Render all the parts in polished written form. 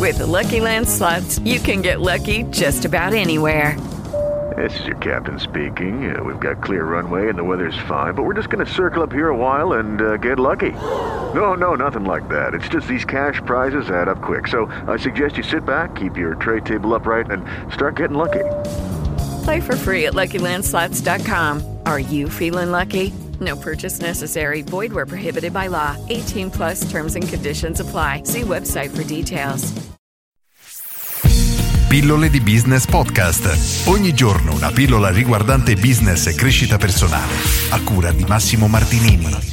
With the Lucky Land Slots, you can get lucky just about anywhere. This is your captain speaking. We've got clear runway and the weather's fine, but we're just going to circle up here a while and get lucky. No, nothing like that. It's just these cash prizes add up quick. So I suggest you sit back, keep your tray table upright, and start getting lucky. Play for free at LuckyLandSlots.com. Are you feeling lucky? No purchase necessary. Void where prohibited by law. 18 plus terms and conditions apply. See website for details. Pillole di Business Podcast. Ogni giorno una pillola riguardante business e crescita personale. A cura di Massimo Martinini.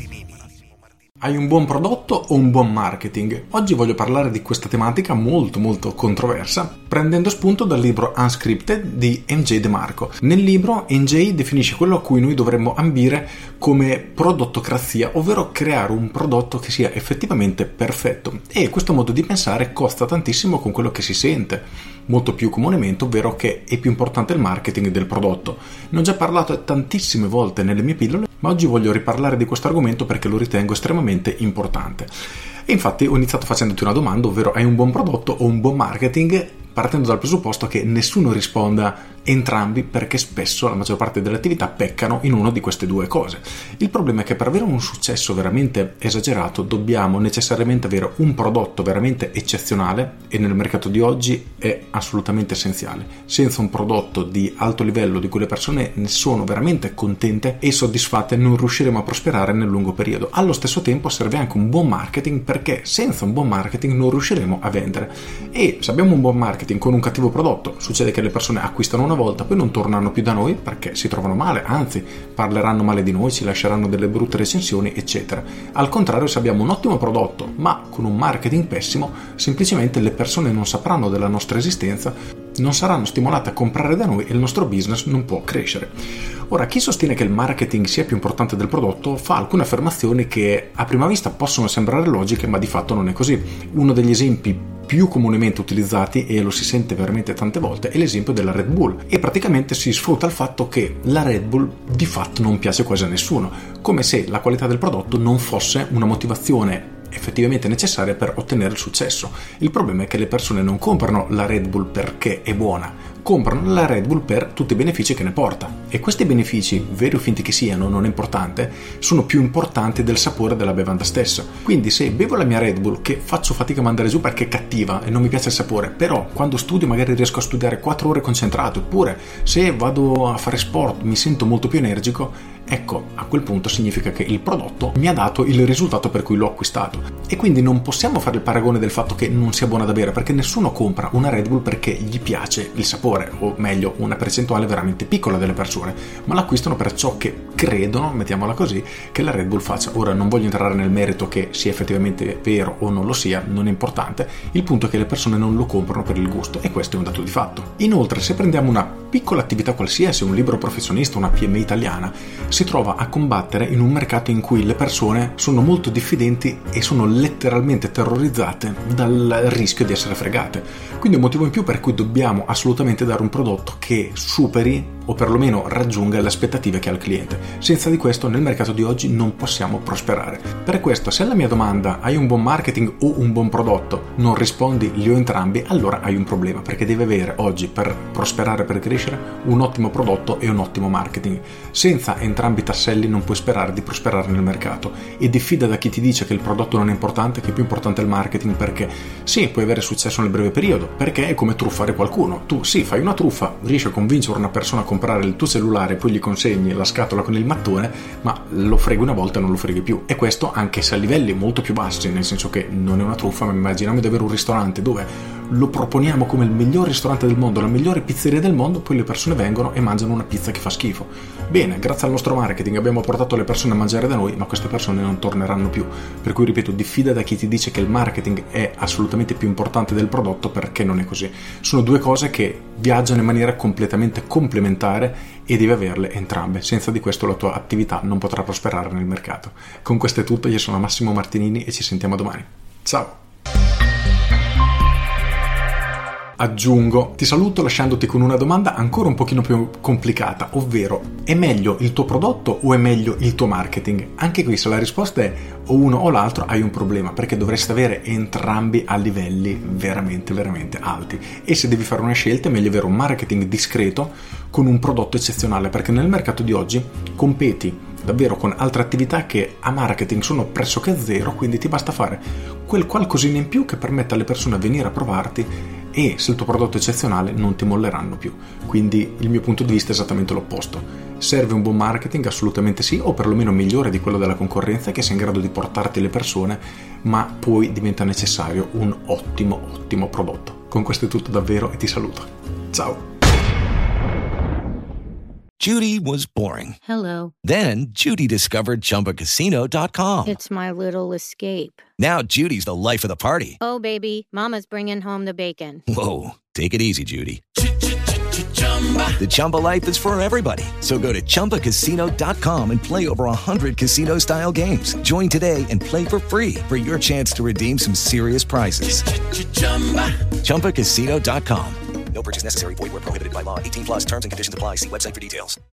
Hai un buon prodotto o un buon marketing? Oggi voglio parlare di questa tematica molto controversa, prendendo spunto dal libro Unscripted di MJ DeMarco. Nel libro MJ definisce quello a cui noi dovremmo ambire come prodottocrazia, ovvero creare un prodotto che sia effettivamente perfetto. E questo modo di pensare costa tantissimo con quello che si sente molto più comunemente, ovvero che è più importante il marketing del prodotto. Ne ho già parlato tantissime volte nelle mie pillole, ma oggi voglio riparlare di questo argomento perché lo ritengo estremamente importante. E infatti ho iniziato facendoti una domanda, ovvero: hai un buon prodotto o un buon marketing? Partendo dal presupposto che nessuno risponda entrambi, perché spesso la maggior parte delle attività peccano in una di queste due cose. Il problema è che per avere un successo veramente esagerato dobbiamo necessariamente avere un prodotto veramente eccezionale, e nel mercato di oggi è assolutamente essenziale. Senza un prodotto di alto livello di cui le persone ne sono veramente contente e soddisfatte non riusciremo a prosperare nel lungo periodo. Allo stesso tempo serve anche un buon marketing, perché senza un buon marketing non riusciremo a vendere. E se abbiamo un buon marketing con un cattivo prodotto, succede che le persone acquistano una volta, poi non tornano più da noi perché si trovano male, anzi parleranno male di noi, ci lasceranno delle brutte recensioni, eccetera. Al contrario, se abbiamo un ottimo prodotto ma con un marketing pessimo, semplicemente le persone non sapranno della nostra esistenza, non saranno stimolate a comprare da noi e il nostro business non può crescere. Ora, chi sostiene che il marketing sia più importante del prodotto fa alcune affermazioni che a prima vista possono sembrare logiche, ma di fatto non è così. Uno degli esempi più comunemente utilizzati, e lo si sente veramente tante volte, è l'esempio della Red Bull, e praticamente si sfrutta il fatto che la Red Bull di fatto non piace quasi a nessuno, come se la qualità del prodotto non fosse una motivazione effettivamente necessaria per ottenere il successo. Il problema è che le persone non comprano la Red Bull perché è buona, comprano la Red Bull per tutti i benefici che ne porta, e questi benefici, veri o finti che siano, non è importante, sono più importanti del sapore della bevanda stessa. Quindi se bevo la mia Red Bull, che faccio fatica a mandare giù perché è cattiva e non mi piace il sapore, però quando studio magari riesco a studiare 4 ore concentrato, oppure se vado a fare sport mi sento molto più energico, ecco, a quel punto significa che il prodotto mi ha dato il risultato per cui l'ho acquistato. E quindi non possiamo fare il paragone del fatto che non sia buona da bere, perché nessuno compra una Red Bull perché gli piace il sapore, o meglio una percentuale veramente piccola delle persone, ma l'acquistano per ciò che credono, mettiamola così, che la Red Bull faccia. Ora non voglio entrare nel merito che sia effettivamente vero o non lo sia, non è importante, il punto è che le persone non lo comprano per il gusto, e questo è un dato di fatto. Inoltre, se prendiamo una piccola attività qualsiasi, un libero professionista, una PMI italiana, si trova a combattere in un mercato in cui le persone sono molto diffidenti e sono letteralmente terrorizzate dal rischio di essere fregate. Quindi un motivo in più per cui dobbiamo assolutamente dare un prodotto che superi o perlomeno raggiunga le aspettative che ha il cliente. Senza di questo nel mercato di oggi non possiamo prosperare. Per questo, se alla mia domanda hai un buon marketing o un buon prodotto non rispondi li ho entrambi, allora hai un problema, perché devi avere oggi, per prosperare, per crescere, un ottimo prodotto e un ottimo marketing. Senza entrambi i tasselli non puoi sperare di prosperare nel mercato, e diffida da chi ti dice che il prodotto non è importante, che è più importante il marketing, perché sì, puoi avere successo nel breve periodo, perché è come truffare qualcuno. Tu sì, fai una truffa, riesci a convincere una persona a comprare il tuo cellulare, poi gli consegni la scatola con il mattone, ma lo freghi una volta e non lo freghi più. E questo anche se a livelli molto più bassi, nel senso che non è una truffa, ma immaginiamo di avere un ristorante dove lo proponiamo come il miglior ristorante del mondo, la migliore pizzeria del mondo, poi le persone vengono e mangiano una pizza che fa schifo. Bene, grazie al nostro marketing abbiamo portato le persone a mangiare da noi, ma queste persone non torneranno più. Per cui ripeto, diffida da chi ti dice che il marketing è assolutamente più importante del prodotto, perché non è così. Sono due cose che viaggiano in maniera completamente complementare e devi averle entrambe. Senza di questo la tua attività non potrà prosperare nel mercato. Con questo è tutto, io sono Massimo Martinini e ci sentiamo domani. Ciao! Aggiungo, ti saluto lasciandoti con una domanda ancora un pochino più complicata, ovvero è meglio il tuo prodotto o è meglio il tuo marketing? Anche qui se la risposta è o uno o l'altro hai un problema, perché dovresti avere entrambi a livelli veramente veramente alti, e se devi fare una scelta è meglio avere un marketing discreto con un prodotto eccezionale, perché nel mercato di oggi competi davvero con altre attività che a marketing sono pressoché zero, quindi ti basta fare quel qualcosina in più che permette alle persone a venire a provarti, e se il tuo prodotto è eccezionale non ti molleranno più. Quindi il mio punto di vista è esattamente l'opposto. Serve un buon marketing? Assolutamente sì, o perlomeno migliore di quello della concorrenza, che sia in grado di portarti le persone, ma poi diventa necessario un ottimo prodotto. Con questo è tutto davvero e ti saluto. Ciao! Judy was boring. Hello. Then Judy discovered ChumbaCasino.com. It's my little escape. Now Judy's the life of the party. Oh, baby, mama's bringing home the bacon. Whoa, take it easy, Judy. The Chumba life is for everybody. So go to ChumbaCasino.com and play over 100 casino-style games. Join today and play for free for your chance to redeem some serious prizes. ChumbaCasino.com. No purchase necessary. Void where prohibited by law. 18+ terms and conditions apply. See website for details.